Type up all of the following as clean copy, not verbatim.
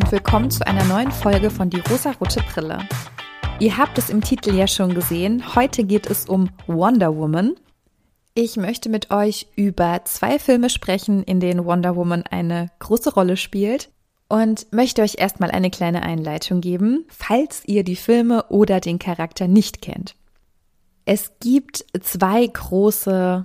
und willkommen zu einer neuen Folge von Die rosarote Brille. Ihr habt es im Titel ja schon gesehen, heute geht es um Wonder Woman. Ich möchte mit euch über 2 Filme sprechen, in denen Wonder Woman eine große Rolle spielt und möchte euch erstmal eine kleine Einleitung geben, falls ihr die Filme oder den Charakter nicht kennt. Es gibt 2 große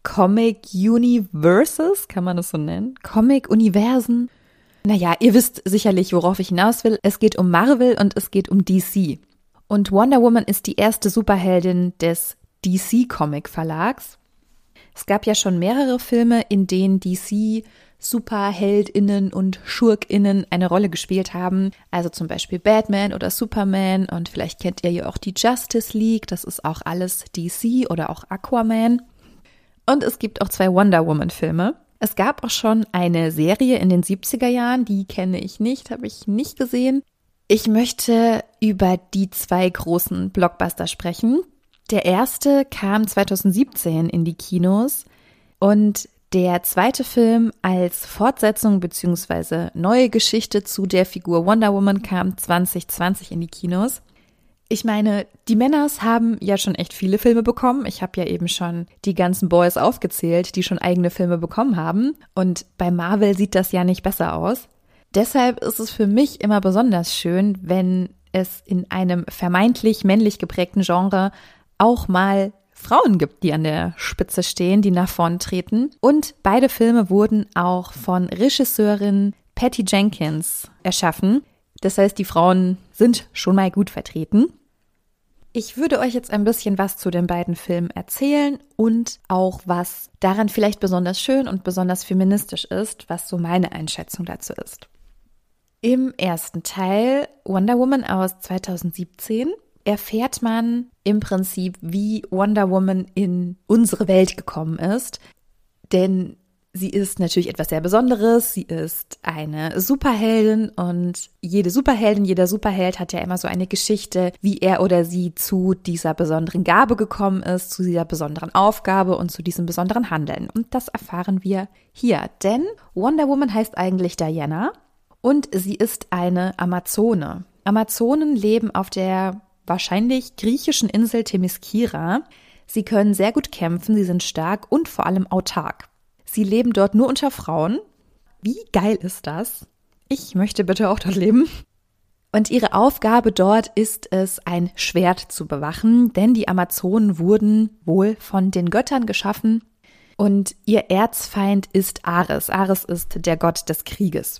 Comic-Universes, kann man das so nennen? Comic-Universen. Naja, ihr wisst sicherlich, worauf ich hinaus will. Es geht um Marvel und es geht um DC. Und Wonder Woman ist die erste Superheldin des DC-Comic-Verlags. Es gab ja schon mehrere Filme, in denen DC SuperheldInnen und SchurkInnen eine Rolle gespielt haben. Also zum Beispiel Batman oder Superman und vielleicht kennt ihr ja auch die Justice League. Das ist auch alles DC oder auch Aquaman. Und es gibt auch 2 Wonder Woman-Filme. Es gab auch schon eine Serie in den 70er Jahren, die kenne ich nicht, habe ich nicht gesehen. Ich möchte über die 2 großen Blockbuster sprechen. Der erste kam 2017 in die Kinos und der zweite Film als Fortsetzung bzw. neue Geschichte zu der Figur Wonder Woman kam 2020 in die Kinos. Ich meine, die Männers haben ja schon echt viele Filme bekommen. Ich habe ja eben schon die ganzen Boys aufgezählt, die schon eigene Filme bekommen haben. Und bei Marvel sieht das ja nicht besser aus. Deshalb ist es für mich immer besonders schön, wenn es in einem vermeintlich männlich geprägten Genre auch mal Frauen gibt, die an der Spitze stehen, die nach vorn treten. Und beide Filme wurden auch von Regisseurin Patty Jenkins erschaffen. Das heißt, die Frauen sind schon mal gut vertreten. Ich würde euch jetzt ein bisschen was zu den beiden Filmen erzählen und auch was daran vielleicht besonders schön und besonders feministisch ist, was so meine Einschätzung dazu ist. Im ersten Teil, Wonder Woman aus 2017, erfährt man im Prinzip, wie Wonder Woman in unsere Welt gekommen ist. Denn sie ist natürlich etwas sehr Besonderes, sie ist eine Superheldin und jede Superheldin, jeder Superheld hat ja immer so eine Geschichte, wie er oder sie zu dieser besonderen Gabe gekommen ist, zu dieser besonderen Aufgabe und zu diesem besonderen Handeln. Und das erfahren wir hier, denn Wonder Woman heißt eigentlich Diana und sie ist eine Amazone. Amazonen leben auf der wahrscheinlich griechischen Insel Themyscira. Sie können sehr gut kämpfen, sie sind stark und vor allem autark. Sie leben dort nur unter Frauen. Wie geil ist das? Ich möchte bitte auch dort leben. Und ihre Aufgabe dort ist es, ein Schwert zu bewachen, denn die Amazonen wurden wohl von den Göttern geschaffen und ihr Erzfeind ist Ares. Ares ist der Gott des Krieges.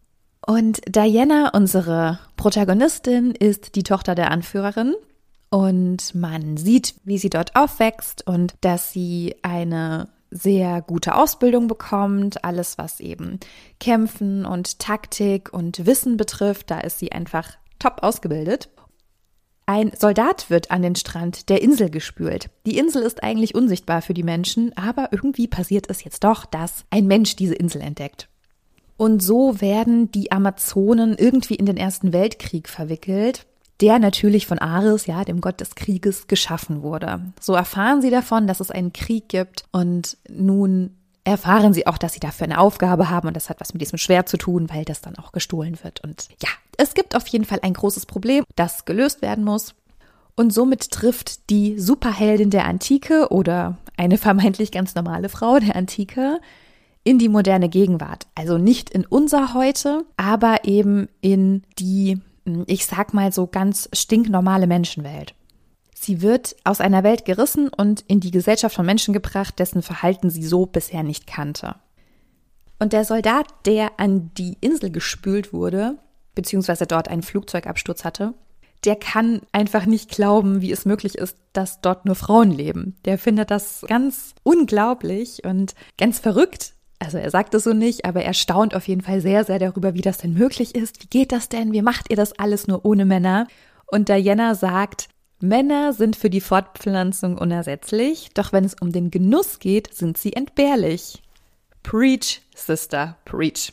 Und Diana, unsere Protagonistin, ist die Tochter der Anführerin. Und man sieht, wie sie dort aufwächst und dass sie eine sehr gute Ausbildung bekommt, alles was eben Kämpfen und Taktik und Wissen betrifft, da ist sie einfach top ausgebildet. Ein Soldat wird an den Strand der Insel gespült. Die Insel ist eigentlich unsichtbar für die Menschen, aber irgendwie passiert es jetzt doch, dass ein Mensch diese Insel entdeckt. Und so werden die Amazonen irgendwie in den Ersten Weltkrieg verwickelt, der natürlich von Ares, ja, dem Gott des Krieges, geschaffen wurde. So erfahren sie davon, dass es einen Krieg gibt und nun erfahren sie auch, dass sie dafür eine Aufgabe haben und das hat was mit diesem Schwert zu tun, weil das dann auch gestohlen wird. Und ja, es gibt auf jeden Fall ein großes Problem, das gelöst werden muss. Und somit trifft die Superheldin der Antike oder eine vermeintlich ganz normale Frau der Antike in die moderne Gegenwart. Also nicht in unser Heute, aber eben in die, ich sag mal so ganz stinknormale Menschenwelt. Sie wird aus einer Welt gerissen und in die Gesellschaft von Menschen gebracht, dessen Verhalten sie so bisher nicht kannte. Und der Soldat, der an die Insel gespült wurde, beziehungsweise dort einen Flugzeugabsturz hatte, der kann einfach nicht glauben, wie es möglich ist, dass dort nur Frauen leben. Der findet das ganz unglaublich und ganz verrückt. Also er sagt es so nicht, aber er staunt auf jeden Fall sehr, sehr darüber, wie das denn möglich ist. Wie geht das denn? Wie macht ihr das alles nur ohne Männer? Und Diana sagt, Männer sind für die Fortpflanzung unersetzlich, doch wenn es um den Genuss geht, sind sie entbehrlich. Preach, Sister, preach.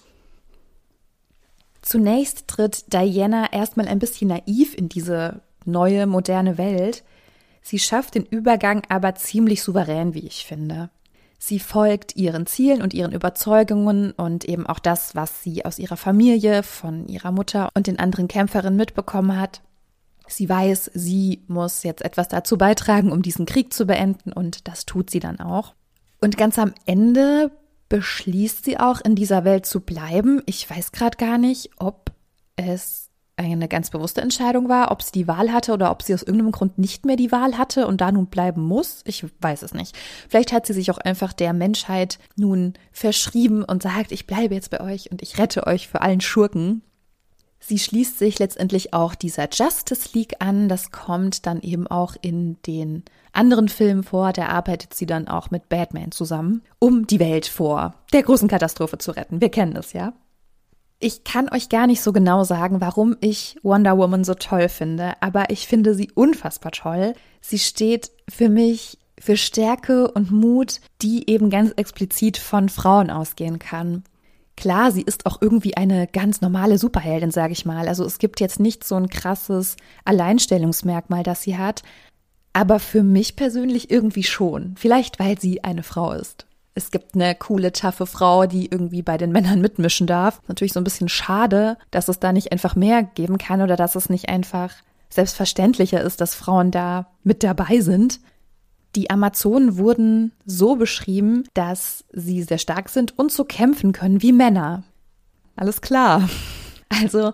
Zunächst tritt Diana erstmal ein bisschen naiv in diese neue, moderne Welt. Sie schafft den Übergang aber ziemlich souverän, wie ich finde. Sie folgt ihren Zielen und ihren Überzeugungen und eben auch das, was sie aus ihrer Familie, von ihrer Mutter und den anderen Kämpferinnen mitbekommen hat. Sie weiß, sie muss jetzt etwas dazu beitragen, um diesen Krieg zu beenden, und das tut sie dann auch. Und ganz am Ende beschließt sie auch, in dieser Welt zu bleiben. Ich weiß gerade gar nicht, ob es eine ganz bewusste Entscheidung war, ob sie die Wahl hatte oder ob sie aus irgendeinem Grund nicht mehr die Wahl hatte und da nun bleiben muss. Ich weiß es nicht. Vielleicht hat sie sich auch einfach der Menschheit nun verschrieben und sagt, ich bleibe jetzt bei euch und ich rette euch vor allen Schurken. Sie schließt sich letztendlich auch dieser Justice League an. Das kommt dann eben auch in den anderen Filmen vor. Da arbeitet sie dann auch mit Batman zusammen, um die Welt vor der großen Katastrophe zu retten. Wir kennen das, ja. Ich kann euch gar nicht so genau sagen, warum ich Wonder Woman so toll finde, aber ich finde sie unfassbar toll. Sie steht für mich für Stärke und Mut, die eben ganz explizit von Frauen ausgehen kann. Klar, sie ist auch irgendwie eine ganz normale Superheldin, sage ich mal. Also es gibt jetzt nicht so ein krasses Alleinstellungsmerkmal, das sie hat, aber für mich persönlich irgendwie schon. Vielleicht, weil sie eine Frau ist. Es gibt eine coole, taffe Frau, die irgendwie bei den Männern mitmischen darf. Natürlich so ein bisschen schade, dass es da nicht einfach mehr geben kann oder dass es nicht einfach selbstverständlicher ist, dass Frauen da mit dabei sind. Die Amazonen wurden so beschrieben, dass sie sehr stark sind und so kämpfen können wie Männer. Alles klar. Also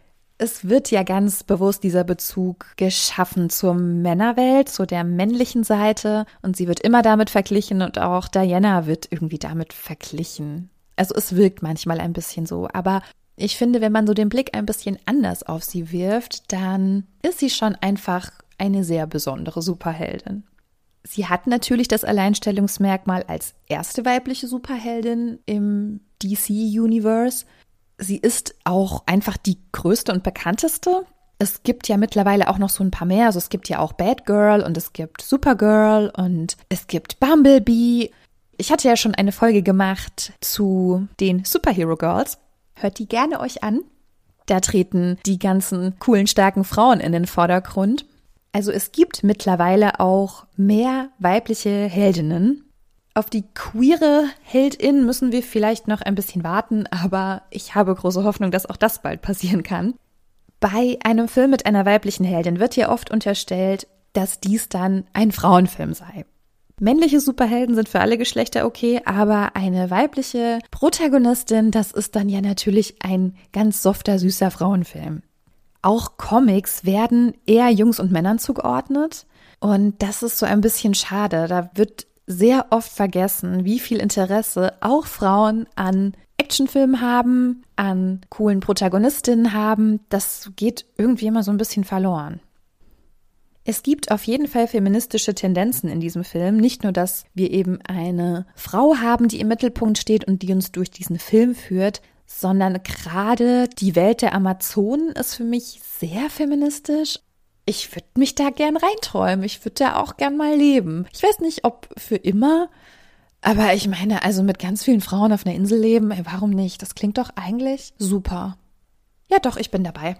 es wird ja ganz bewusst dieser Bezug geschaffen zur Männerwelt, zu der männlichen Seite, und sie wird immer damit verglichen und auch Diana wird irgendwie damit verglichen. Also es wirkt manchmal ein bisschen so, aber ich finde, wenn man so den Blick ein bisschen anders auf sie wirft, dann ist sie schon einfach eine sehr besondere Superheldin. Sie hat natürlich das Alleinstellungsmerkmal als erste weibliche Superheldin im DC-Universe. Sie ist auch einfach die größte und bekannteste. Es gibt ja mittlerweile auch noch so ein paar mehr. Also es gibt ja auch Batgirl und es gibt Supergirl und es gibt Bumblebee. Ich hatte ja schon eine Folge gemacht zu den Superhero Girls. Hört die gerne euch an. Da treten die ganzen coolen, starken Frauen in den Vordergrund. Also es gibt mittlerweile auch mehr weibliche Heldinnen. Auf die queere Heldin müssen wir vielleicht noch ein bisschen warten, aber ich habe große Hoffnung, dass auch das bald passieren kann. Bei einem Film mit einer weiblichen Heldin wird ja oft unterstellt, dass dies dann ein Frauenfilm sei. Männliche Superhelden sind für alle Geschlechter okay, aber eine weibliche Protagonistin, das ist dann ja natürlich ein ganz softer, süßer Frauenfilm. Auch Comics werden eher Jungs und Männern zugeordnet und das ist so ein bisschen schade. Da wird sehr oft vergessen, wie viel Interesse auch Frauen an Actionfilmen haben, an coolen Protagonistinnen haben. Das geht irgendwie immer so ein bisschen verloren. Es gibt auf jeden Fall feministische Tendenzen in diesem Film. Nicht nur, dass wir eben eine Frau haben, die im Mittelpunkt steht und die uns durch diesen Film führt, sondern gerade die Welt der Amazonen ist für mich sehr feministisch. Ich würde mich da gern reinträumen. Ich würde da auch gern mal leben. Ich weiß nicht, ob für immer, aber ich meine, also mit ganz vielen Frauen auf einer Insel leben, warum nicht? Das klingt doch eigentlich super. Ja doch, ich bin dabei.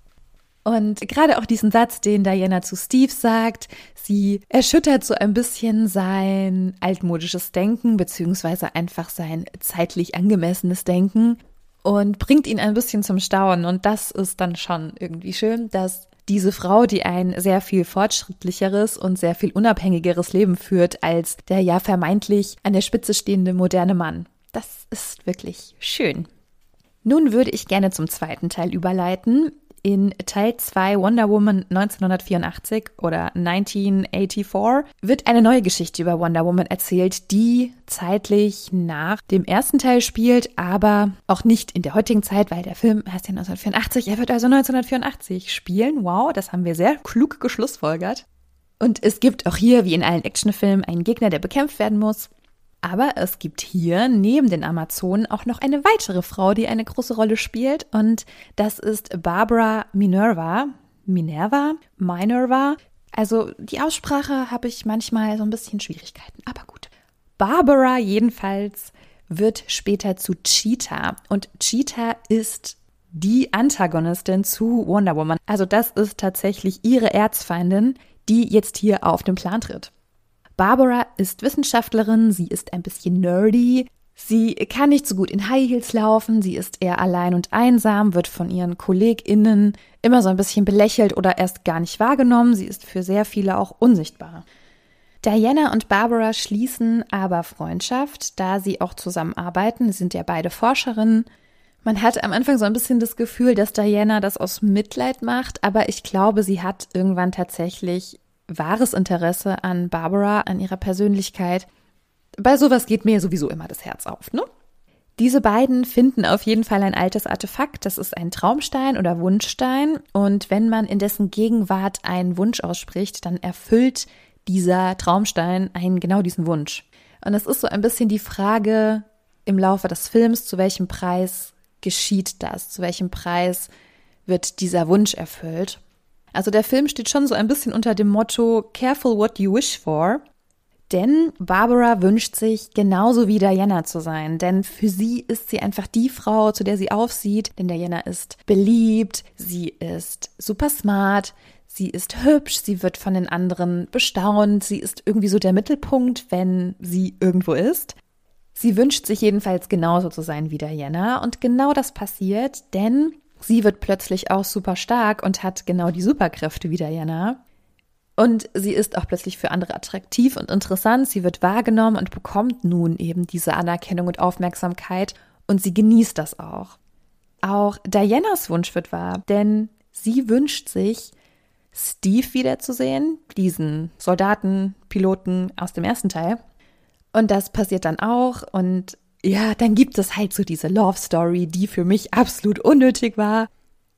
Und gerade auch diesen Satz, den Diana zu Steve sagt, sie erschüttert so ein bisschen sein altmodisches Denken, beziehungsweise einfach sein zeitlich angemessenes Denken und bringt ihn ein bisschen zum Staunen. Und das ist dann schon irgendwie schön, dass diese Frau, die ein sehr viel fortschrittlicheres und sehr viel unabhängigeres Leben führt als der ja vermeintlich an der Spitze stehende moderne Mann. Das ist wirklich schön. Nun würde ich gerne zum zweiten Teil überleiten. In Teil 2 Wonder Woman 1984 oder 1984 wird eine neue Geschichte über Wonder Woman erzählt, die zeitlich nach dem ersten Teil spielt, aber auch nicht in der heutigen Zeit, weil der Film heißt ja 1984, er wird also 1984 spielen. Wow, das haben wir sehr klug geschlussfolgert. Und es gibt auch hier, wie in allen Actionfilmen, einen Gegner, der bekämpft werden muss. Aber es gibt hier neben den Amazonen auch noch eine weitere Frau, die eine große Rolle spielt. Und das ist Barbara Minerva. Also die Aussprache habe ich manchmal so ein bisschen Schwierigkeiten, aber gut. Barbara jedenfalls wird später zu Cheetah. Und Cheetah ist die Antagonistin zu Wonder Woman. Also das ist tatsächlich ihre Erzfeindin, die jetzt hier auf den Plan tritt. Barbara ist Wissenschaftlerin, sie ist ein bisschen nerdy, sie kann nicht so gut in High Heels laufen, sie ist eher allein und einsam, wird von ihren KollegInnen immer so ein bisschen belächelt oder erst gar nicht wahrgenommen, sie ist für sehr viele auch unsichtbar. Diana und Barbara schließen aber Freundschaft, da sie auch zusammenarbeiten, sie sind ja beide Forscherinnen. Man hat am Anfang so ein bisschen das Gefühl, dass Diana das aus Mitleid macht, aber ich glaube, sie hat irgendwann tatsächlich wahres Interesse an Barbara, an ihrer Persönlichkeit. Bei sowas geht mir sowieso immer das Herz auf, ne? Diese beiden finden auf jeden Fall ein altes Artefakt, das ist ein Traumstein oder Wunschstein und wenn man in dessen Gegenwart einen Wunsch ausspricht, dann erfüllt dieser Traumstein genau diesen Wunsch. Und es ist so ein bisschen die Frage im Laufe des Films, zu welchem Preis geschieht das, zu welchem Preis wird dieser Wunsch erfüllt. Also der Film steht schon so ein bisschen unter dem Motto Careful what you wish for, denn Barbara wünscht sich genauso wie Diana zu sein, denn für sie ist sie einfach die Frau, zu der sie aufsieht, denn Diana ist beliebt, sie ist super smart, sie ist hübsch, sie wird von den anderen bestaunt, sie ist irgendwie so der Mittelpunkt, wenn sie irgendwo ist. Sie wünscht sich jedenfalls genauso zu sein wie Diana und genau das passiert, denn sie wird plötzlich auch super stark und hat genau die Superkräfte wie Diana. Und sie ist auch plötzlich für andere attraktiv und interessant. Sie wird wahrgenommen und bekommt nun eben diese Anerkennung und Aufmerksamkeit und sie genießt das auch. Auch Dianas Wunsch wird wahr, denn sie wünscht sich, Steve wiederzusehen, diesen Soldaten, Piloten aus dem ersten Teil. Und das passiert dann auch und ja, dann gibt es halt so diese Love Story, die für mich absolut unnötig war.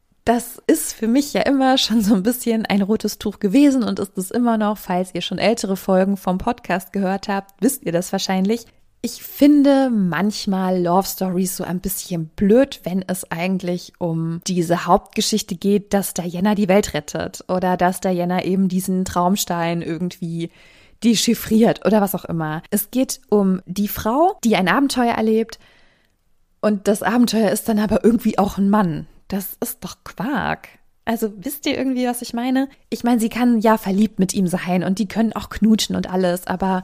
Das ist für mich ja immer schon so ein bisschen ein rotes Tuch gewesen und ist es immer noch, falls ihr schon ältere Folgen vom Podcast gehört habt, wisst ihr das wahrscheinlich. Ich finde manchmal Love Stories so ein bisschen blöd, wenn es eigentlich um diese Hauptgeschichte geht, dass Diana die Welt rettet oder dass Diana eben diesen Traumstein irgendwie dechiffriert oder was auch immer. Es geht um die Frau, die ein Abenteuer erlebt und das Abenteuer ist dann aber irgendwie auch ein Mann. Das ist doch Quark. Also wisst ihr irgendwie, was ich meine? Ich meine, sie kann ja verliebt mit ihm sein und die können auch knutschen und alles, aber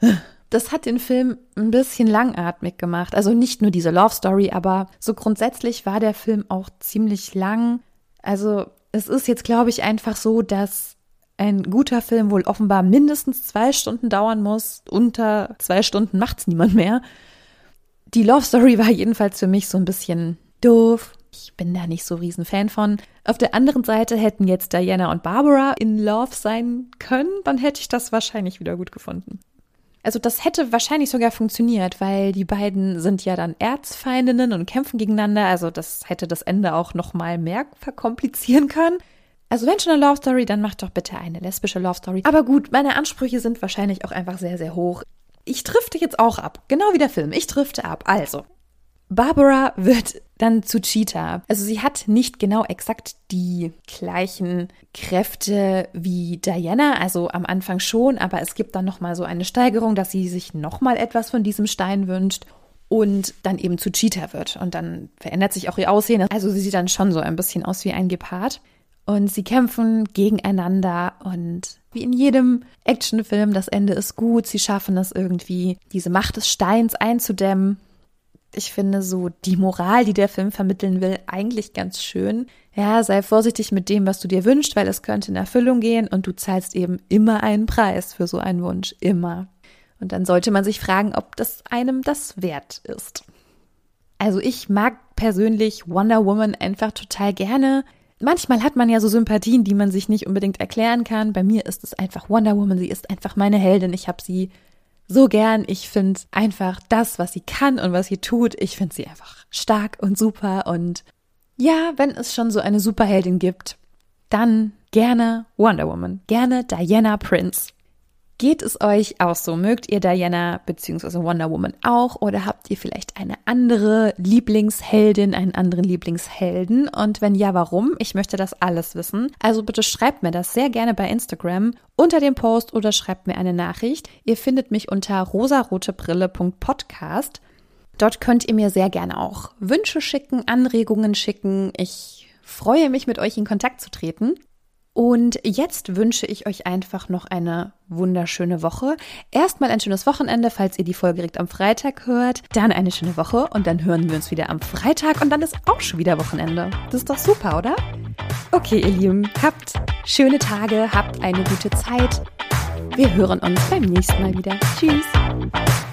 das hat den Film ein bisschen langatmig gemacht. Also nicht nur diese Love Story, aber so grundsätzlich war der Film auch ziemlich lang. Also es ist jetzt, glaube ich, einfach so, dass ein guter Film wohl offenbar mindestens 2 Stunden dauern muss. Unter 2 Stunden macht's niemand mehr. Die Love Story war jedenfalls für mich so ein bisschen doof. Ich bin da nicht so riesen Fan von. Auf der anderen Seite hätten jetzt Diana und Barbara in Love sein können, dann hätte ich das wahrscheinlich wieder gut gefunden. Also das hätte wahrscheinlich sogar funktioniert, weil die beiden sind ja dann Erzfeindinnen und kämpfen gegeneinander. Also das hätte das Ende auch noch mal mehr verkomplizieren können. Also wenn schon eine Love Story, dann macht doch bitte eine lesbische Love Story. Aber gut, meine Ansprüche sind wahrscheinlich auch einfach sehr, sehr hoch. Ich drifte jetzt auch ab, genau wie der Film. Ich drifte ab. Also, Barbara wird dann zu Cheetah. Also sie hat nicht genau exakt die gleichen Kräfte wie Diana, also am Anfang schon, aber es gibt dann nochmal so eine Steigerung, dass sie sich nochmal etwas von diesem Stein wünscht und dann eben zu Cheetah wird. Und dann verändert sich auch ihr Aussehen. Also sie sieht dann schon so ein bisschen aus wie ein Gepard. Und sie kämpfen gegeneinander und wie in jedem Actionfilm, das Ende ist gut. Sie schaffen es irgendwie, diese Macht des Steins einzudämmen. Ich finde so die Moral, die der Film vermitteln will, eigentlich ganz schön. Ja, sei vorsichtig mit dem, was du dir wünschst, weil es könnte in Erfüllung gehen und du zahlst eben immer einen Preis für so einen Wunsch. Immer. Und dann sollte man sich fragen, ob das einem das wert ist. Also ich mag persönlich Wonder Woman einfach total gerne. Manchmal hat man ja so Sympathien, die man sich nicht unbedingt erklären kann. Bei mir ist es einfach Wonder Woman, sie ist einfach meine Heldin. Ich habe sie so gern. Ich finde einfach das, was sie kann und was sie tut, ich finde sie einfach stark und super. Und ja, wenn es schon so eine Superheldin gibt, dann gerne Wonder Woman, gerne Diana Prince. Geht es euch auch so? Mögt ihr Diana bzw. Wonder Woman auch oder habt ihr vielleicht eine andere Lieblingsheldin, einen anderen Lieblingshelden? Und wenn ja, warum? Ich möchte das alles wissen. Also bitte schreibt mir das sehr gerne bei Instagram unter dem Post oder schreibt mir eine Nachricht. Ihr findet mich unter rosarotebrille.podcast. Dort könnt ihr mir sehr gerne auch Wünsche schicken, Anregungen schicken. Ich freue mich, mit euch in Kontakt zu treten. Und jetzt wünsche ich euch einfach noch eine wunderschöne Woche. Erstmal ein schönes Wochenende, falls ihr die Folge direkt am Freitag hört. Dann eine schöne Woche und dann hören wir uns wieder am Freitag und dann ist auch schon wieder Wochenende. Das ist doch super, oder? Okay, ihr Lieben, habt schöne Tage, habt eine gute Zeit. Wir hören uns beim nächsten Mal wieder. Tschüss!